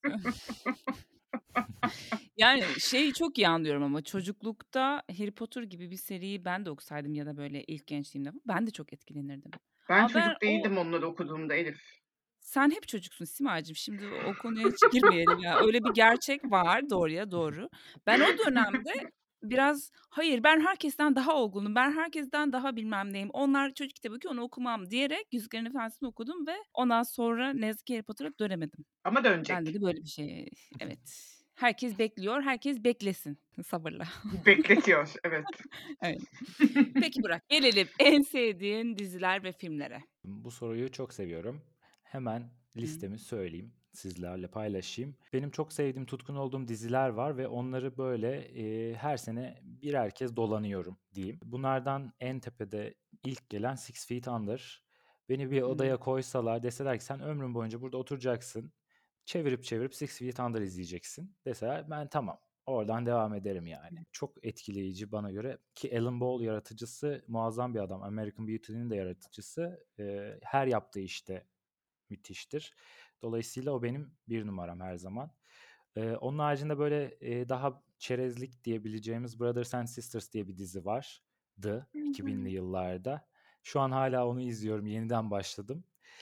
Yani, şeyi çok iyi anlıyorum ama çocuklukta Harry Potter gibi bir seriyi ben de okusaydım ya da böyle ilk gençliğimde ben de çok etkilenirdim. Ben Ama ben çocuk o değildim onları okuduğumda Elif. Sen hep çocuksun Simacığım. Şimdi o konuya hiç girmeyelim ya. Öyle bir gerçek var, doğruya doğru. Ben o dönemde biraz, hayır ben herkesten daha olgunum, ben herkesten daha bilmem neyim, onlar çocuk kitabı okuyor, onu okumam diyerek Yüzüklerin Efendisi'ni okudum ve ondan sonra ne yazık ki Harry Potter'a dönemedim. Ama Bende dönecek. de böyle bir şey, evet. Herkes bekliyor, herkes beklesin sabırla. Bekletiyor, evet. Evet. Peki Burak, gelelim en sevdiğin diziler ve filmlere. Bu soruyu çok seviyorum. Hemen Hı. listemi söyleyeyim, sizlerle paylaşayım. Benim çok sevdiğim, tutkun olduğum diziler var ve onları böyle her sene birer kez dolanıyorum diyeyim. Bunlardan en tepede ilk gelen Six Feet Under. Beni bir Hımm. odaya koysalar, deseler ki sen ömrün boyunca burada oturacaksın, çevirip çevirip Six Feet Under izleyeceksin deseler ben tamam. Oradan devam ederim yani. Çok etkileyici bana göre ki Alan Ball yaratıcısı muazzam bir adam. American Beauty'nin de yaratıcısı. Her yaptığı işte müthiştir. Dolayısıyla o benim bir numaram her zaman. Onun haricinde böyle daha çerezlik diyebileceğimiz Brothers and Sisters diye bir dizi vardı 2000'li yıllarda. Şu an hala onu izliyorum. Yeniden başladım.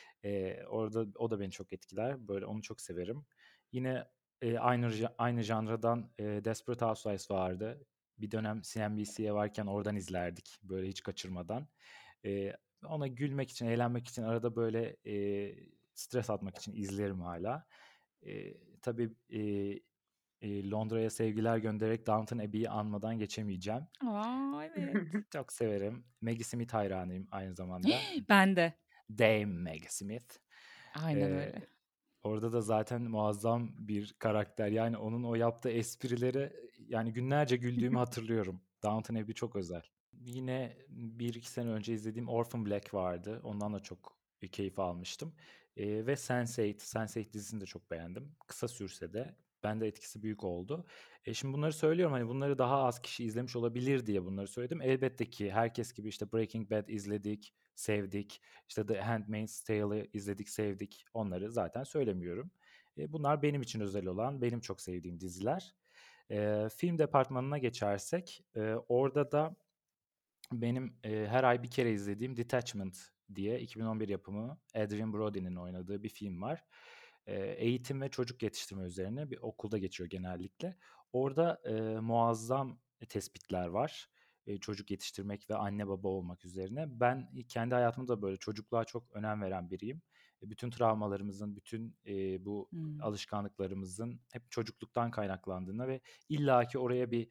Orada o da beni çok etkiler. Böyle onu çok severim. Yine aynı janradan Desperate Housewives vardı. Bir dönem CNBC'ye varken oradan izlerdik böyle hiç kaçırmadan. Ona gülmek için, eğlenmek için arada böyle stres atmak için izlerim hala. Tabii Londra'ya sevgiler göndererek Downton Abbey'i anmadan geçemeyeceğim. A! Evet. Çok severim. Maggie Smith hayranıyım aynı zamanda. Ben de. Dame Maggie Smith. Aynen Eee, öyle. Orada da zaten muazzam bir karakter. Yani onun o yaptığı esprileri yani günlerce güldüğümü hatırlıyorum. Downton Abbey çok özel. Yine bir iki sene önce izlediğim Orphan Black vardı. Ondan da çok keyif almıştım. Ve Sense8. Sense8 dizisini de çok beğendim. Kısa sürse de bende etkisi büyük oldu. Şimdi bunları söylüyorum hani bunları daha az kişi izlemiş olabilir diye bunları söyledim. Elbette ki herkes gibi işte Breaking Bad izledik, sevdik. İşte The Handmaid's Tale'ı izledik, sevdik. Onları zaten söylemiyorum. Bunlar benim için özel olan, benim çok sevdiğim diziler. Film departmanına geçersek, orada da benim her ay bir kere izlediğim Detachment diye 2011 yapımı Adrien Brody'nin oynadığı bir film var. Eğitim ve çocuk yetiştirme üzerine bir okulda geçiyor genellikle. Orada muazzam tespitler var. çocuk yetiştirmek ve anne baba olmak üzerine. Ben kendi hayatımda böyle çocukluğa çok önem veren biriyim. Bütün travmalarımızın, bütün bu Hımm. alışkanlıklarımızın hep çocukluktan kaynaklandığına ve illaki oraya bir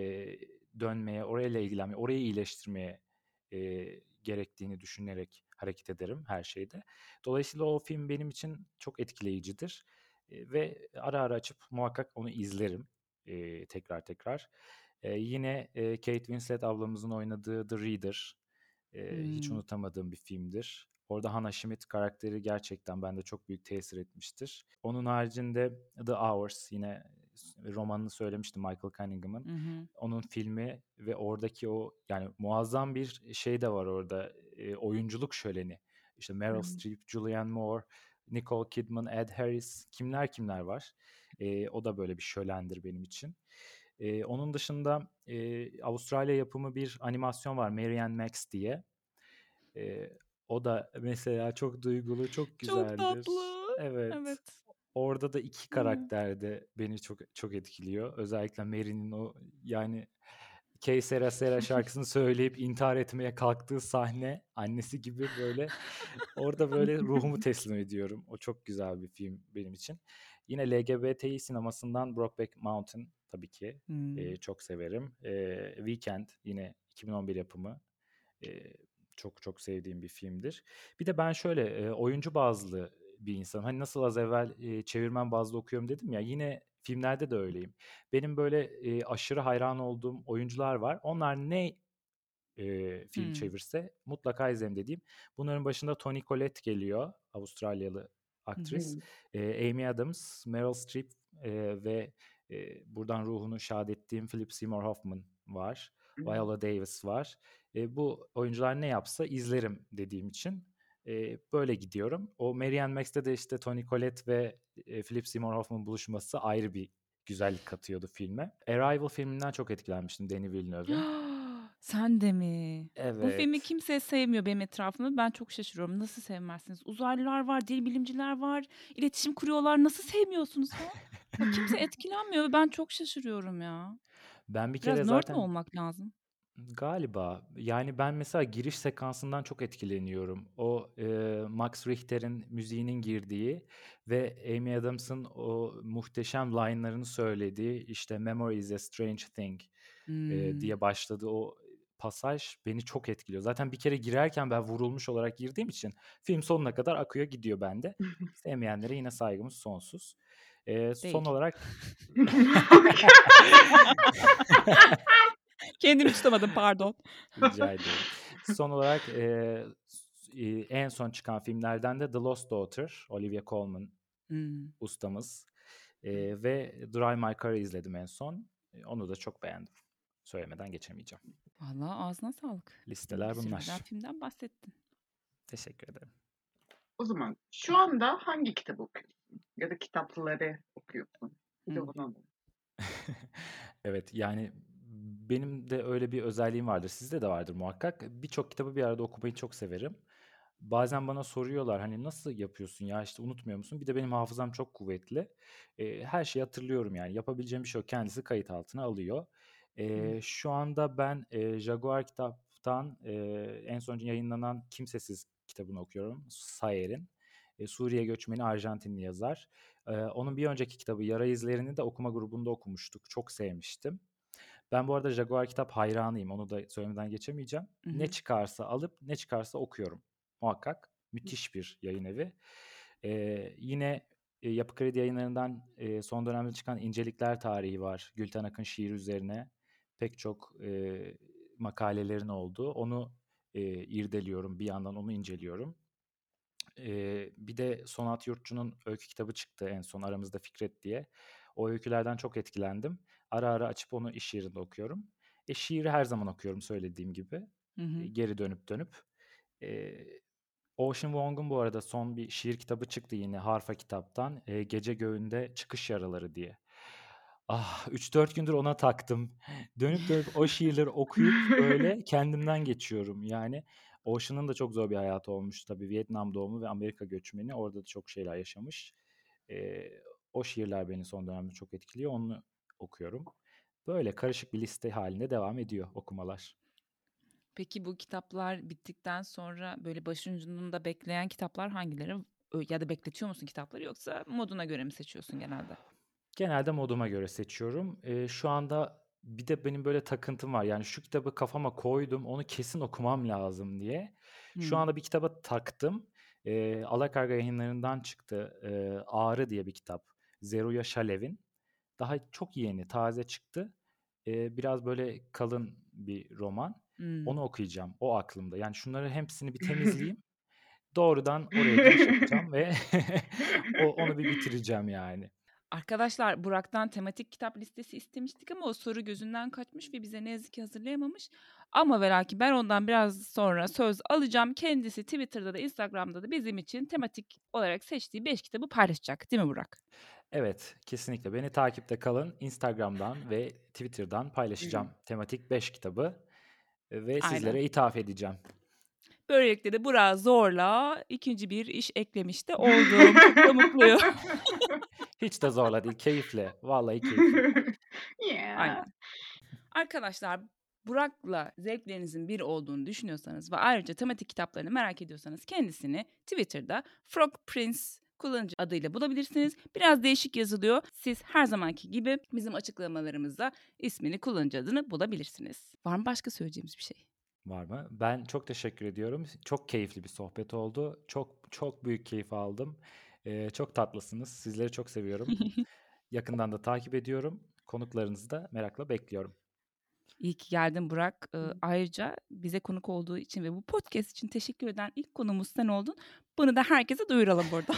dönmeye, orayla ilgilenmeye, orayı iyileştirmeye gerektiğini düşünerek hareket ederim her şeyde. Dolayısıyla o film benim için çok etkileyicidir. Ve ara ara açıp muhakkak onu izlerim tekrar tekrar. Yine Kate Winslet ablamızın oynadığı The Reader hiç Hımm. unutamadığım bir filmdir. Orada Hannah Schmidt karakteri gerçekten bende çok büyük tesir etmiştir. Onun haricinde The Hours, yine romanını söylemiştim, Michael Cunningham'ın. Hı hı. Onun filmi ve oradaki o, yani muazzam bir şey de var orada. Oyunculuk şöleni. İşte Meryl Hımm. Streep, Julianne Moore, Nicole Kidman, Ed Harris, kimler kimler var. O da böyle bir şölendir benim için. Onun dışında Avustralya yapımı bir animasyon var, Mary and Max diye. Eee, O da mesela çok duygulu, çok Çok güzeldir. tatlı. Evet. Evet. Orada da 2 Hıı. karakter de beni çok çok etkiliyor. Özellikle Mary'nin o, yani "Que sera sera" şarkısını söyleyip intihar etmeye kalktığı sahne, annesi gibi böyle orada böyle ruhumu teslim ediyorum. O çok güzel bir film benim için. Yine LGBTİ sinemasından Brokeback Mountain tabii ki, Hımm. çok severim. Weekend yine 2011 yapımı. Eee, Çok çok sevdiğim bir filmdir. Bir de ben şöyle, oyuncu bazlı bir insanım. Hani nasıl az evvel, çevirmen bazlı okuyorum dedim ya, yine filmlerde de öyleyim. Benim böyle, aşırı hayran olduğum oyuncular var. Onlar ne film Hımm. çevirse mutlaka izlerim dediğim. Bunların başında Toni Collette geliyor, Avustralyalı Hı Hı hı. aktris. hı. Amy Adams, Meryl Streep ve buradan ruhunu şad ettiğim Philip Seymour Hoffman var. Viola Davis var. Bu oyuncular ne yapsa izlerim dediğim için böyle gidiyorum. O Mary and Max'te de işte Toni Collette ve Philip Seymour Hoffman buluşması ayrı bir güzellik katıyordu filme. Arrival filminden çok etkilenmiştim, Denis Villeneuve'ün. Sen de mi? Bu filmi Evet. kimse sevmiyor benim etrafımda. Ben çok şaşırıyorum. Nasıl sevmezsiniz? Uzaylılar var, dil bilimciler var, iletişim kuruyorlar. Nasıl sevmiyorsunuz falan? Bak kimse etkilenmiyor ve ben çok şaşırıyorum ya. Ben bir Biraz kere nerd mi zaten olmak lazım? galiba, yani ben mesela giriş sekansından çok etkileniyorum. O Max Richter'in müziğinin girdiği ve Amy Adams'ın o muhteşem line'larını söylediği, işte "Memory is a strange thing" Hımm. diye başladığı o pasaj beni çok etkiliyor. Zaten bir kere girerken ben vurulmuş olarak girdiğim için film sonuna kadar akıyor gidiyor bende. Sevmeyenlere yine saygımız sonsuz. Son Değil. olarak Kendimi tutamadım, pardon. rica ederim. Son olarak en son çıkan filmlerden de The Lost Daughter, Olivia Colman Hımm. ustamız, ve Drive My Car'ı izledim en son. Onu da çok beğendim. Söylemeden geçemeyeceğim. Valla ağzına sağlık. Bir Listeler sürü güzel bunlar. filmden bahsettin. Teşekkür ederim. O zaman şu anda hangi kitabı okuyorsun? Ya da kitapları okuyorsun? Bir de Hımm. onu alalım. Evet, yani benim de öyle bir özelliğim vardır. Sizde de vardır muhakkak. Birçok kitabı bir arada okumayı çok severim. Bazen bana soruyorlar, hani nasıl yapıyorsun ya, işte unutmuyor musun? Bir de benim hafızam çok kuvvetli. Her şeyi hatırlıyorum yani. Yapabileceğim bir şey yok. Kendisi kayıt altına alıyor. Hımm. Şu anda ben Jaguar Kitap'tan en son yayınlanan Kimsesiz kitabını okuyorum. Sayer'in. Suriye göçmeni Arjantinli yazar. Onun bir önceki kitabı Yara İzleri'ni de okuma grubunda okumuştuk. Çok sevmiştim. Ben bu arada Jaguar kitap hayranıyım. Onu da söylemeden geçemeyeceğim. Hı Ne hı. çıkarsa alıp ne çıkarsa okuyorum. Muhakkak. Müthiş bir yayın evi. Yine Yapı Kredi Yayınları'ndan son dönemde çıkan İncelikler Tarihi var. Gülten Akın şiir üzerine pek çok makalelerin olduğu. Onu irdeliyorum. Bir yandan onu inceliyorum. Bir de Sonat Yurtçu'nun öykü kitabı çıktı en son, Aramızda Fikret diye. O öykülerden çok etkilendim. Ara ara açıp onu iş yerinde okuyorum. Şiiri her zaman okuyorum söylediğim gibi. Hı hı. Geri dönüp dönüp. Eee, Ocean Vuong'un bu arada son bir şiir kitabı çıktı yine Harfa Kitap'tan. Gece Göğünde Çıkış Yaraları diye. Ah, 3-4 gündür ona taktım. Dönüp dönüp o şiirleri okuyup böyle kendimden geçiyorum. Yani Ocean'ın da çok zor bir hayatı olmuş tabii. Vietnam doğumlu ve Amerika göçmeni. Orada da çok şeyler yaşamış. Eee, O şiirler beni son dönemde çok etkiliyor. Onu okuyorum. Böyle karışık bir liste halinde devam ediyor okumalar. Peki bu kitaplar bittikten sonra böyle başucunda bekleyen kitaplar hangileri? Ya da bekletiyor musun kitapları yoksa moduna göre mi seçiyorsun genelde? Genelde moduma göre seçiyorum. Şu anda bir de benim böyle takıntım var. Yani şu kitabı kafama koydum, onu kesin okumam lazım diye. Şu Hımm. anda bir kitaba taktım. Alakarga Yayınları'ndan çıktı. Ağrı diye bir kitap. Zeruya Şalev'in. Daha çok yeni, taze çıktı. Biraz böyle kalın bir roman. Hımm. Onu okuyacağım. O aklımda. Yani şunları hepsini bir temizleyeyim. Doğrudan oraya giriş yapacağım ve onu bir bitireceğim yani. Arkadaşlar Burak'tan tematik kitap listesi istemiştik ama o soru gözünden kaçmış ve bize ne yazık ki hazırlayamamış. Ama ve lakin ben ondan biraz sonra söz alacağım. Kendisi Twitter'da da Instagram'da da bizim için tematik olarak seçtiği 5 kitabı paylaşacak. Değil mi Burak? Evet, kesinlikle. Beni takipte kalın. Instagram'dan ve Twitter'dan paylaşacağım tematik 5 kitabı ve Aynen. sizlere ithaf edeceğim. Böylelikle de Burak'a zorla ikinci bir iş eklemiş de oldum. Çok da mutluyum. Hiç de zorla değil, keyifle. Vallahi keyifle. Yeah. Aynen. Arkadaşlar Burak'la zevklerinizin bir olduğunu düşünüyorsanız ve ayrıca tematik kitaplarını merak ediyorsanız kendisini Twitter'da Frog Prince kullanıcı adıyla bulabilirsiniz. Biraz değişik yazılıyor. Siz her zamanki gibi bizim açıklamalarımızda ismini, kullanıcı adını bulabilirsiniz. Var mı başka söyleyeceğimiz bir şey? Var mı? Ben çok teşekkür ediyorum. Çok keyifli bir sohbet oldu. Çok çok büyük keyif aldım. Çok tatlısınız. Sizleri çok seviyorum. Yakından da takip ediyorum. Konuklarınızı da merakla bekliyorum. İyi ki geldin Burak. Ayrıca bize konuk olduğu için ve bu podcast için teşekkür eden ilk konuğumuz sen oldun. Bunu da herkese duyuralım burada.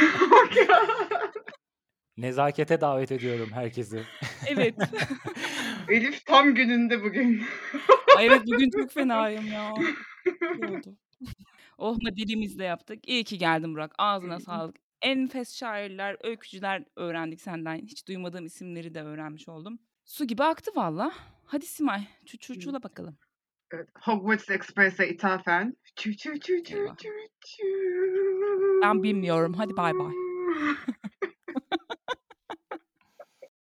Nezakete davet ediyorum herkesi. Evet. Elif tam gününde bugün. Ay evet bugün çok fenayım ya. İyi oldu. Oh mu dilimizle yaptık. İyi ki geldin Burak. Ağzına sağlık. Enfes şairler, öykücüler öğrendik senden. Hiç duymadığım isimleri de öğrenmiş oldum. Su gibi aktı valla. Hadi Simay, çula bakalım. Evet, Hogwarts Express'e ithafen. Çü çü çü çü Eyvah. çü çü. Ben bilmiyorum. Hadi bay bay.